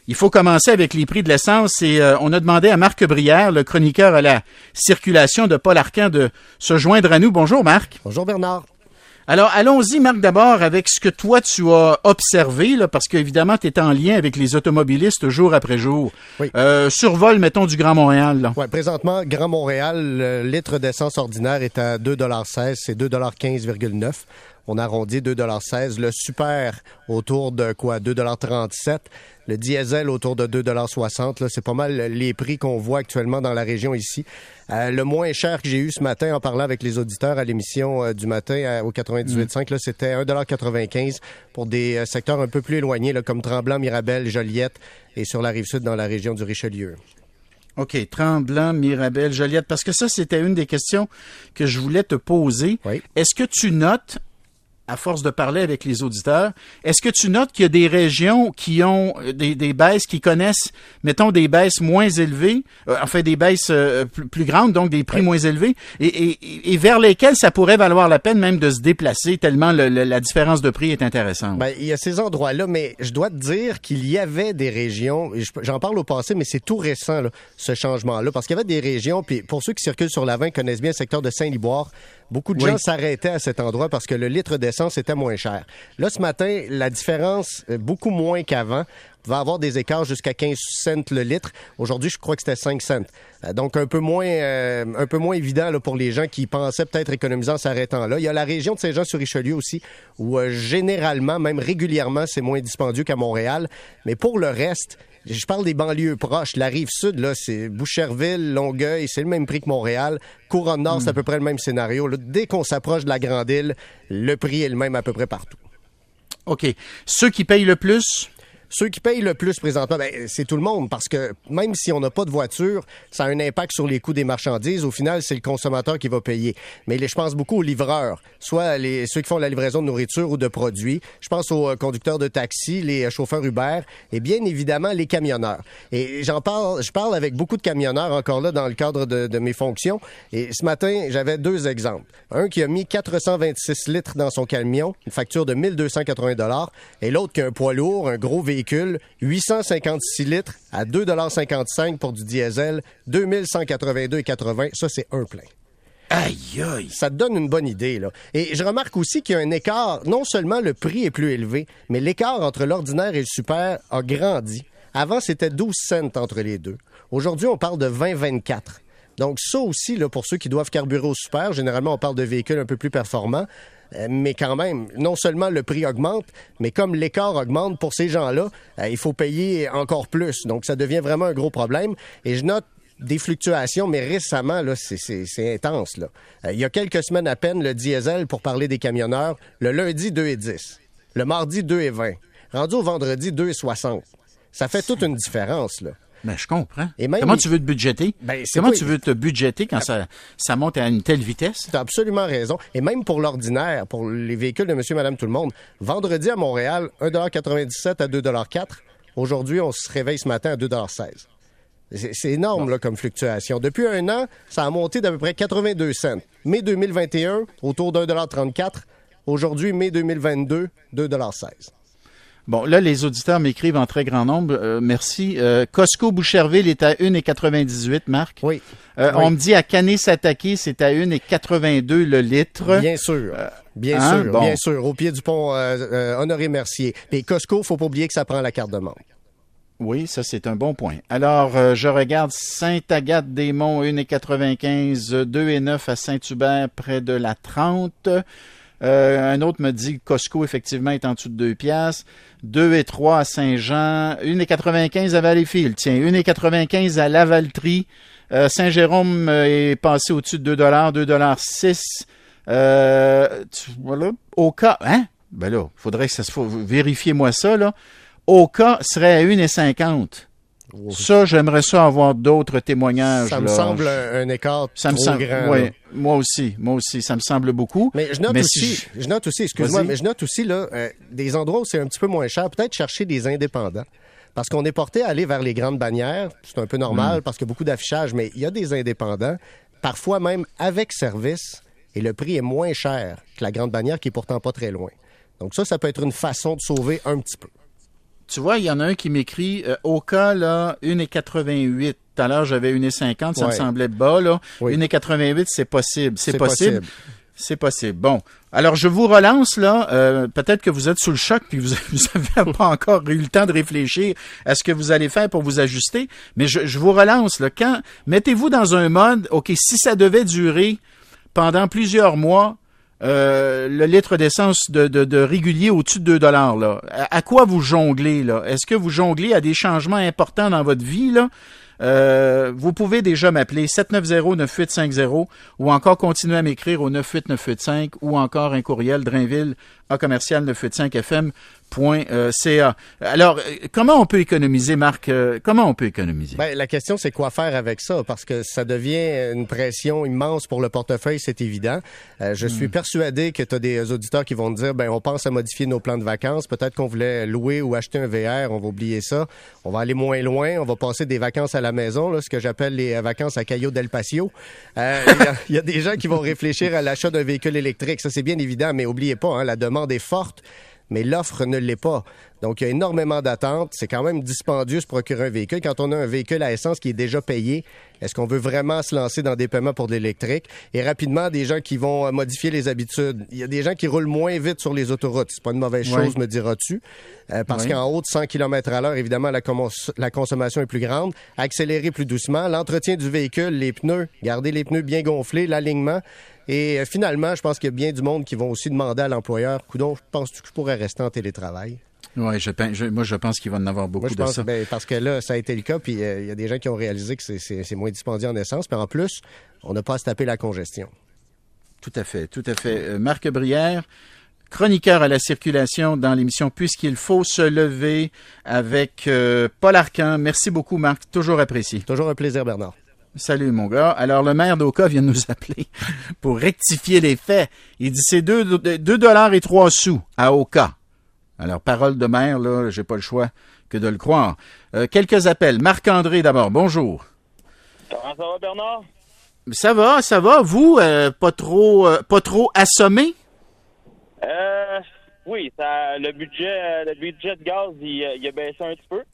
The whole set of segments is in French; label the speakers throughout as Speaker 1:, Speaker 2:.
Speaker 1: il faut commencer avec les prix de l'essence et on a demandé à Marc Brière, le chroniqueur à la circulation de Paul Arcan, de se joindre à nous. Bonjour Marc.
Speaker 2: Bonjour Bernard.
Speaker 1: Alors, allons-y, Marc, d'abord avec ce que toi, tu as observé, là, parce qu'évidemment, tu es en lien avec les automobilistes jour après jour.
Speaker 2: Oui.
Speaker 1: Survol, mettons, du Grand Montréal.
Speaker 2: Oui, présentement, Grand Montréal, le litre d'essence ordinaire est à 2,16 $, c'est 2,15,9 $. On arrondit 2,16 $. Le super, autour de quoi? 2,37 $. Le diesel, autour de 2,60 $. Là, c'est pas mal les prix qu'on voit actuellement dans la région ici. Le moins cher que j'ai eu ce matin en parlant avec les auditeurs à l'émission du matin au 98.5, là, c'était 1,95 $ pour des secteurs un peu plus éloignés, là, comme Tremblant, Mirabel, Joliette et sur la Rive-Sud dans la région du Richelieu.
Speaker 1: OK, Tremblant, Mirabel, Joliette, parce que ça, c'était une des questions que je voulais te poser.
Speaker 2: Oui.
Speaker 1: Est-ce que tu notes, à force de parler avec les auditeurs, est-ce que tu notes qu'il y a des régions qui ont des baisses, qui connaissent, mettons, des baisses moins élevées, des baisses plus grandes, donc des prix moins élevés, et vers lesquelles ça pourrait valoir la peine même de se déplacer tellement la différence de prix est intéressante?
Speaker 2: Ben, il y a ces endroits-là, mais je dois te dire qu'il y avait des régions, et j'en parle au passé, mais c'est tout récent, là, ce changement-là, parce qu'il y avait des régions, puis pour ceux qui circulent sur la 20 connaissent bien le secteur de Saint-Liboire, beaucoup de gens s'arrêtaient à cet endroit parce que le litre d'essence était moins cher. Là, ce matin, la différence, beaucoup moins qu'avant, va avoir des écarts jusqu'à 15 cents le litre. Aujourd'hui, je crois que c'était 5 cents. Donc, un peu moins évident là, pour les gens qui pensaient peut-être économiser en s'arrêtant là. Il y a la région de Saint-Jean-sur-Richelieu aussi, où généralement, même régulièrement, c'est moins dispendieux qu'à Montréal. Mais pour le reste, je parle des banlieues proches. La Rive-Sud, là, c'est Boucherville, Longueuil, c'est le même prix que Montréal. Couronne-Nord, c'est à peu près le même scénario. Là, dès qu'on s'approche de la Grande-Île, le prix est le même à peu près partout.
Speaker 1: OK. Ceux qui payent le plus?
Speaker 2: Ceux qui payent le plus présentement, c'est tout le monde, parce que même si on n'a pas de voiture, ça a un impact sur les coûts des marchandises. Au final, c'est le consommateur qui va payer. Mais je pense beaucoup aux livreurs, soit ceux qui font la livraison de nourriture ou de produits. Je pense aux conducteurs de taxi, les chauffeurs Uber et bien évidemment les camionneurs. Et je parle avec beaucoup de camionneurs encore là dans le cadre de mes fonctions. Et ce matin, j'avais deux exemples. Un qui a mis 426 litres dans son camion, une facture de 1 280 $, et l'autre qui a un poids lourd, un gros véhicule, 856 litres à 2,55 $ pour du diesel, 2182,80 $. Ça, c'est un plein.
Speaker 1: Aïe, aïe!
Speaker 2: Ça te donne une bonne idée, là. Et je remarque aussi qu'il y a un écart. Non seulement le prix est plus élevé, mais l'écart entre l'ordinaire et le super a grandi. Avant, c'était 12 cents entre les deux. Aujourd'hui, on parle de 20-24. Donc, ça aussi, là, pour ceux qui doivent carburer au super, généralement, on parle de véhicules un peu plus performants. Mais quand même, non seulement le prix augmente, mais comme l'écart augmente pour ces gens-là, il faut payer encore plus. Donc, ça devient vraiment un gros problème. Et je note des fluctuations, mais récemment, là, c'est intense, là. Il y a quelques semaines à peine, le diesel, pour parler des camionneurs, le lundi, 2,10. Le mardi, 2,20. Rendu au vendredi, 2,60. Ça fait toute une différence, là.
Speaker 1: Ben, je comprends.
Speaker 2: Et même
Speaker 1: comment tu veux te budgéter? Comment tu veux te budgéter quand ça monte à une telle vitesse?
Speaker 2: Tu as absolument raison. Et même pour l'ordinaire, pour les véhicules de monsieur, madame, tout le monde, vendredi à Montréal, 1,97 $ à 2,04 $. Aujourd'hui, on se réveille ce matin à 2,16 $. C'est énorme là, comme fluctuation. Depuis un an, ça a monté d'à peu près 82 cents. Mai 2021, autour d'1,34 $. Aujourd'hui, mai 2022, 2,16 $.
Speaker 1: Bon, là, les auditeurs m'écrivent en très grand nombre. Merci. Costco Boucherville est à 1,98 $, Marc.
Speaker 2: Oui.
Speaker 1: Oui. On me dit à Canet-Sataki, c'est à 1,82 $ le litre.
Speaker 2: Bien sûr. Bien sûr. Au pied du pont Honoré-Mercier. Puis Costco, faut pas oublier que ça prend la carte de membre.
Speaker 1: Oui, ça, c'est un bon point. Alors, je regarde Sainte-Agathe-des-Monts, 1,95 $, 2,9 à Saint-Hubert, près de la 30. Un autre me dit que Costco, effectivement, est en dessous de 2 $. 2,3 à Saint-Jean. 1,95 à Valleyfield. Tiens, 1,95 à Lavaltrie. Saint-Jérôme est passé au-dessus de 2 $, 2,06 $. Voilà. Oka, hein? Ben là, faudrait que ça se fasse. Vérifiez-moi ça, là. Oka serait à 1,50 $. Ça, j'aimerais ça avoir d'autres témoignages.
Speaker 2: Ça me semble un écart trop grand.
Speaker 1: Oui, moi aussi, ça me semble beaucoup.
Speaker 2: Mais je note aussi, excuse-moi, mais je note aussi là, des endroits où c'est un petit peu moins cher, peut-être chercher des indépendants. Parce qu'on est porté à aller vers les grandes bannières, c'est un peu normal parce qu'il y a beaucoup d'affichage, mais il y a des indépendants, parfois même avec service, et le prix est moins cher que la grande bannière qui est pourtant pas très loin. Donc ça peut être une façon de sauver un petit peu.
Speaker 1: tu vois, il y en a un qui m'écrit au cas, là, 1,88. Tout à l'heure, j'avais 1,50, ça me semblait bas, là. Oui. 1,88, c'est possible. C'est possible. C'est possible. Bon. Alors, je vous relance, là. Peut-être que vous êtes sous le choc puis vous avez pas encore eu le temps de réfléchir à ce que vous allez faire pour vous ajuster. Mais je vous relance, là. Mettez-vous dans un mode, OK, si ça devait durer pendant plusieurs mois, le litre d'essence de régulier au-dessus de 2 $, là. À quoi vous jonglez, là? Est-ce que vous jonglez à des changements importants dans votre vie, là? Vous pouvez déjà m'appeler 790-9850 ou encore continuer à m'écrire au 98985 ou encore un courriel drainville@commercial985fm.ca. Alors, comment on peut économiser, Marc? Comment on peut économiser?
Speaker 2: Ben, la question, c'est quoi faire avec ça? Parce que ça devient une pression immense pour le portefeuille, c'est évident. Je suis persuadé que tu as des auditeurs qui vont te dire, ben, on pense à modifier nos plans de vacances. Peut-être qu'on voulait louer ou acheter un VR. On va oublier ça. On va aller moins loin. On va passer des vacances à la maison, là, ce que j'appelle les vacances à Cayo del Patio. Il y a des gens qui vont réfléchir à l'achat d'un véhicule électrique. Ça, c'est bien évident, mais oubliez pas, hein, la demande est forte, mais l'offre ne l'est pas. Donc, il y a énormément d'attentes. C'est quand même dispendieux de se procurer un véhicule. Quand on a un véhicule à essence qui est déjà payé, est-ce qu'on veut vraiment se lancer dans des paiements pour de l'électrique? Et rapidement, des gens qui vont modifier les habitudes. Il y a des gens qui roulent moins vite sur les autoroutes. C'est pas une mauvaise chose, me diras-tu. Parce qu'en haut de 100 km/h, évidemment, la consommation est plus grande. Accélérer plus doucement. L'entretien du véhicule, les pneus, garder les pneus bien gonflés, l'alignement. Et finalement, je pense qu'il y a bien du monde qui vont aussi demander à l'employeur, coudonc, penses-tu que je pourrais rester en télétravail?
Speaker 1: Oui, moi, je pense qu'il va en avoir beaucoup de ça.
Speaker 2: Parce que là, ça a été le cas, puis il y a des gens qui ont réalisé que c'est moins dispendieux en essence, mais en plus, on n'a pas à se taper la congestion.
Speaker 1: Tout à fait, tout à fait. Marc Brière, chroniqueur à la circulation dans l'émission Puisqu'il faut se lever avec Paul Arcan. Merci beaucoup, Marc. Toujours apprécié.
Speaker 2: Toujours un plaisir, Bernard.
Speaker 1: Salut, mon gars. Alors, le maire d'Oka vient de nous appeler pour rectifier les faits. Il dit c'est 2,03 $ à Oka. Alors, parole de maire, là, j'ai pas le choix que de le croire. Quelques appels. Marc-André, d'abord. Bonjour.
Speaker 3: Comment ça va, Bernard?
Speaker 1: Ça va. Vous, pas trop assommé?
Speaker 3: Oui, le budget de gaz, il a baissé un petit peu.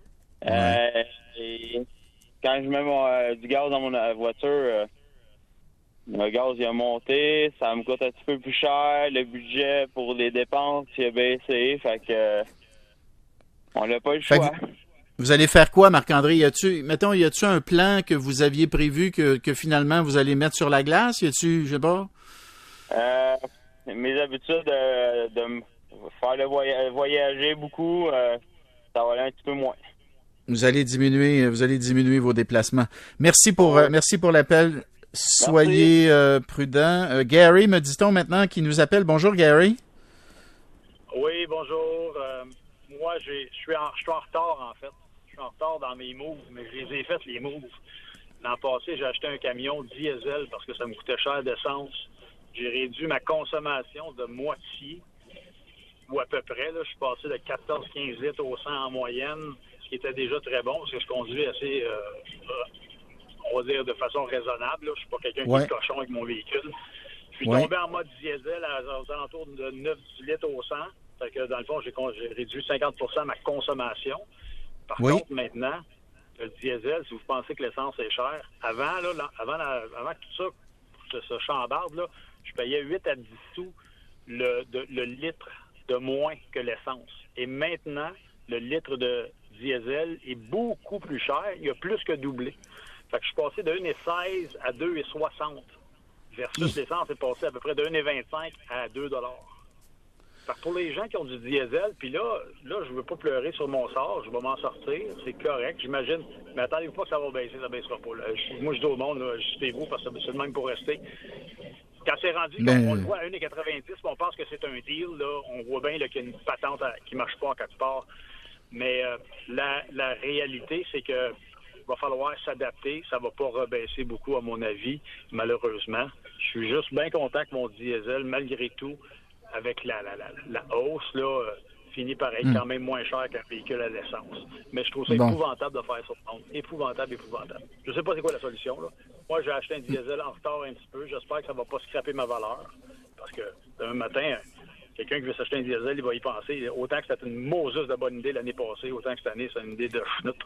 Speaker 3: Et quand je mets du gaz dans mon voiture, le gaz il a monté, ça me coûte un petit peu plus cher. Le budget pour les dépenses il a baissé, fait que on n'a pas eu le choix.
Speaker 1: Vous allez faire quoi, Marc-André? Y a-tu un plan que vous aviez prévu que finalement vous allez mettre sur la glace? Y a-tu, je sais pas?
Speaker 3: Mes habitudes de me faire voyager beaucoup, ça va aller un petit peu moins.
Speaker 1: Vous allez diminuer vos déplacements. Merci pour l'appel. Soyez prudents. Gary, me dit-on maintenant, qui nous appelle. Bonjour, Gary.
Speaker 4: Oui, bonjour. Moi, je suis en retard, en fait. Je suis en retard dans mes moves, mais je les ai faites, les moves. L'an passé, j'ai acheté un camion diesel parce que ça me coûtait cher d'essence. J'ai réduit ma consommation de moitié, ou à peu près. Là, je suis passé de 14-15 litres au 100 en moyenne, ce qui était déjà très bon, parce que je conduis assez, on va dire, de façon raisonnable. Là. Je suis pas quelqu'un qui est cochon avec mon véhicule. Je suis tombé en mode diesel aux alentours de 9-10 litres au 100. Fait que, dans le fond, j'ai réduit 50% ma consommation. Par contre, maintenant, le diesel, si vous pensez que l'essence est chère, avant que tout ça se chambarde, là, je payais 8 à 10 sous le litre de moins que l'essence. Et maintenant, le litre de diesel est beaucoup plus cher. Il a plus que doublé. Fait que je suis passé de 1,16 à 2,60. Versus l'essence est passé à peu près de 1,25 à 2 $. Fait que pour les gens qui ont du diesel, puis là, je veux pas pleurer sur mon sort, je vais m'en sortir, c'est correct, j'imagine. Mais attendez-vous pas que ça va baisser, ça baissera pas. Là. Moi, je dis au monde, ajustez-vous parce que c'est le même pour rester. Quand c'est rendu, on le voit à 1,90, on pense que c'est un deal, là, on voit bien qu'il y a une patente qui marche pas en quelque part. Mais la réalité, c'est que va falloir s'adapter. Ça va pas rebaisser beaucoup, à mon avis, malheureusement. Je suis juste bien content que mon diesel, malgré tout, avec la hausse, là, finit par être quand même moins cher qu'un véhicule à l'essence. Mais je trouve ça épouvantable de faire ça. Épouvantable. Je sais pas c'est quoi la solution, là. Moi, j'ai acheté un diesel en retard un petit peu. J'espère que ça va pas scraper ma valeur. Parce que demain matin, quelqu'un qui veut s'acheter un diesel, il va y penser. Autant que c'était une Moses de bonne idée l'année passée, autant que cette année, c'est une idée de chenoute.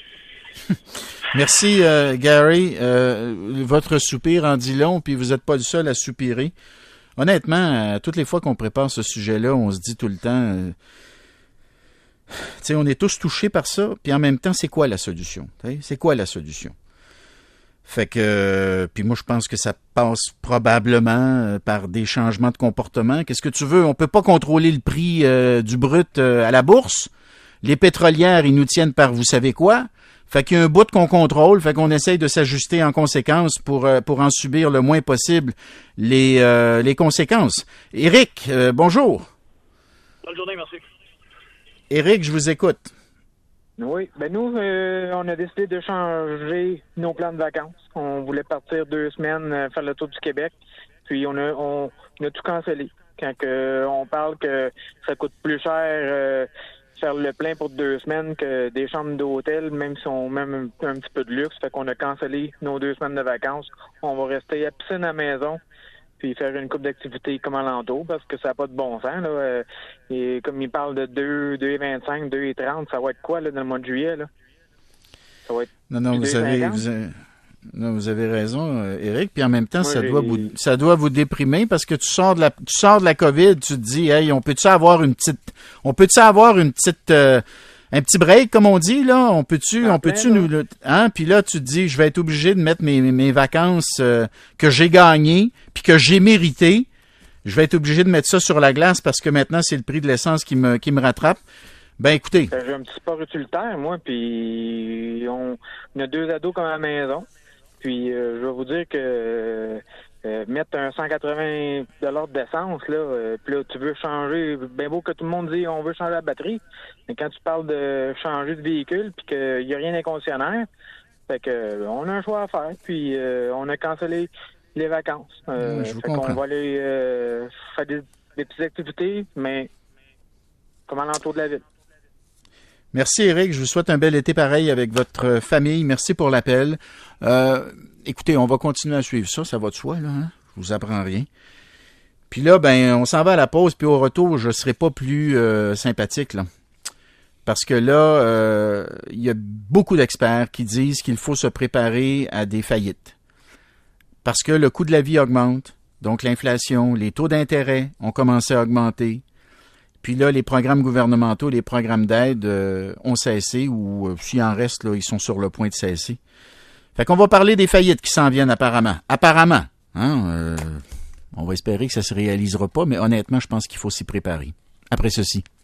Speaker 1: Merci, Gary. Votre soupir en dit long, puis vous n'êtes pas le seul à soupirer. Honnêtement, toutes les fois qu'on prépare ce sujet-là, on se dit tout le temps, tu sais, on est tous touchés par ça, puis en même temps, c'est quoi la solution? C'est quoi la solution? Fait que, puis moi, je pense que ça passe probablement par des changements de comportement. Qu'est-ce que tu veux? On peut pas contrôler le prix du brut à la bourse. Les pétrolières, ils nous tiennent par vous savez quoi. Fait qu'il y a un bout qu'on contrôle, fait qu'on essaye de s'ajuster en conséquence pour en subir le moins possible les conséquences. Éric, bonjour.
Speaker 4: Bonne journée, merci.
Speaker 1: Éric, je vous écoute.
Speaker 5: Oui, ben nous, on a décidé de changer nos plans de vacances. On voulait partir 2 semaines, faire le tour du Québec, puis on a tout cancellé. Quand on parle que ça coûte plus cher faire le plein pour 2 semaines que des chambres d'hôtel, même si on même un petit peu de luxe, fait qu'on a cancellé nos 2 semaines de vacances. On va rester à piscine à la maison, puis faire une couple d'activités comme alentour, parce que ça n'a pas de bon sens, là. Et comme il parle de 2,25, 2,30, ça va être quoi, là, dans le mois de juillet, là? Ça va être...
Speaker 1: Non, vous avez raison, Éric. Puis en même temps, ça doit vous déprimer parce que tu sors de la COVID, tu te dis, hey, on peut-tu avoir un petit break, comme on dit, là? On peut-tu nous, hein? Puis là, tu te dis, je vais être obligé de mettre mes vacances, que j'ai gagnées puis que j'ai méritées. Je vais être obligé de mettre ça sur la glace parce que maintenant, c'est le prix de l'essence qui me rattrape. Ben, écoutez.
Speaker 5: J'ai un petit sport utilitaire, moi, puis on a 2 ados comme à la maison. Puis, je vais vous dire que mettre un 180 $ d'essence, là, puis là, tu veux changer, bien beau que tout le monde dit on veut changer la batterie, mais quand tu parles de changer de véhicule, puis qu'il n'y a rien dans les concessionnaires, fait que on a un choix à faire, puis on a cancellé les vacances.
Speaker 1: Je vous comprends.
Speaker 5: qu'on va aller faire des petites activités, mais comme à l'entour de la ville.
Speaker 1: Merci, Éric. Je vous souhaite un bel été pareil avec votre famille. Merci pour l'appel. Écoutez, on va continuer à suivre ça. Ça va de soi, là. Hein? Je vous apprends rien. Puis là, ben, on s'en va à la pause. Puis au retour, je serai pas plus sympathique, là. Parce que là, il y a beaucoup d'experts qui disent qu'il faut se préparer à des faillites. Parce que le coût de la vie augmente. Donc, l'inflation, les taux d'intérêt ont commencé à augmenter. Puis là, les programmes gouvernementaux, les programmes d'aide ont cessé ou s'il en reste, là, ils sont sur le point de cesser. Fait qu'on va parler des faillites qui s'en viennent apparemment. Apparemment. Hein, on va espérer que ça se réalisera pas, mais honnêtement, je pense qu'il faut s'y préparer. Après ceci.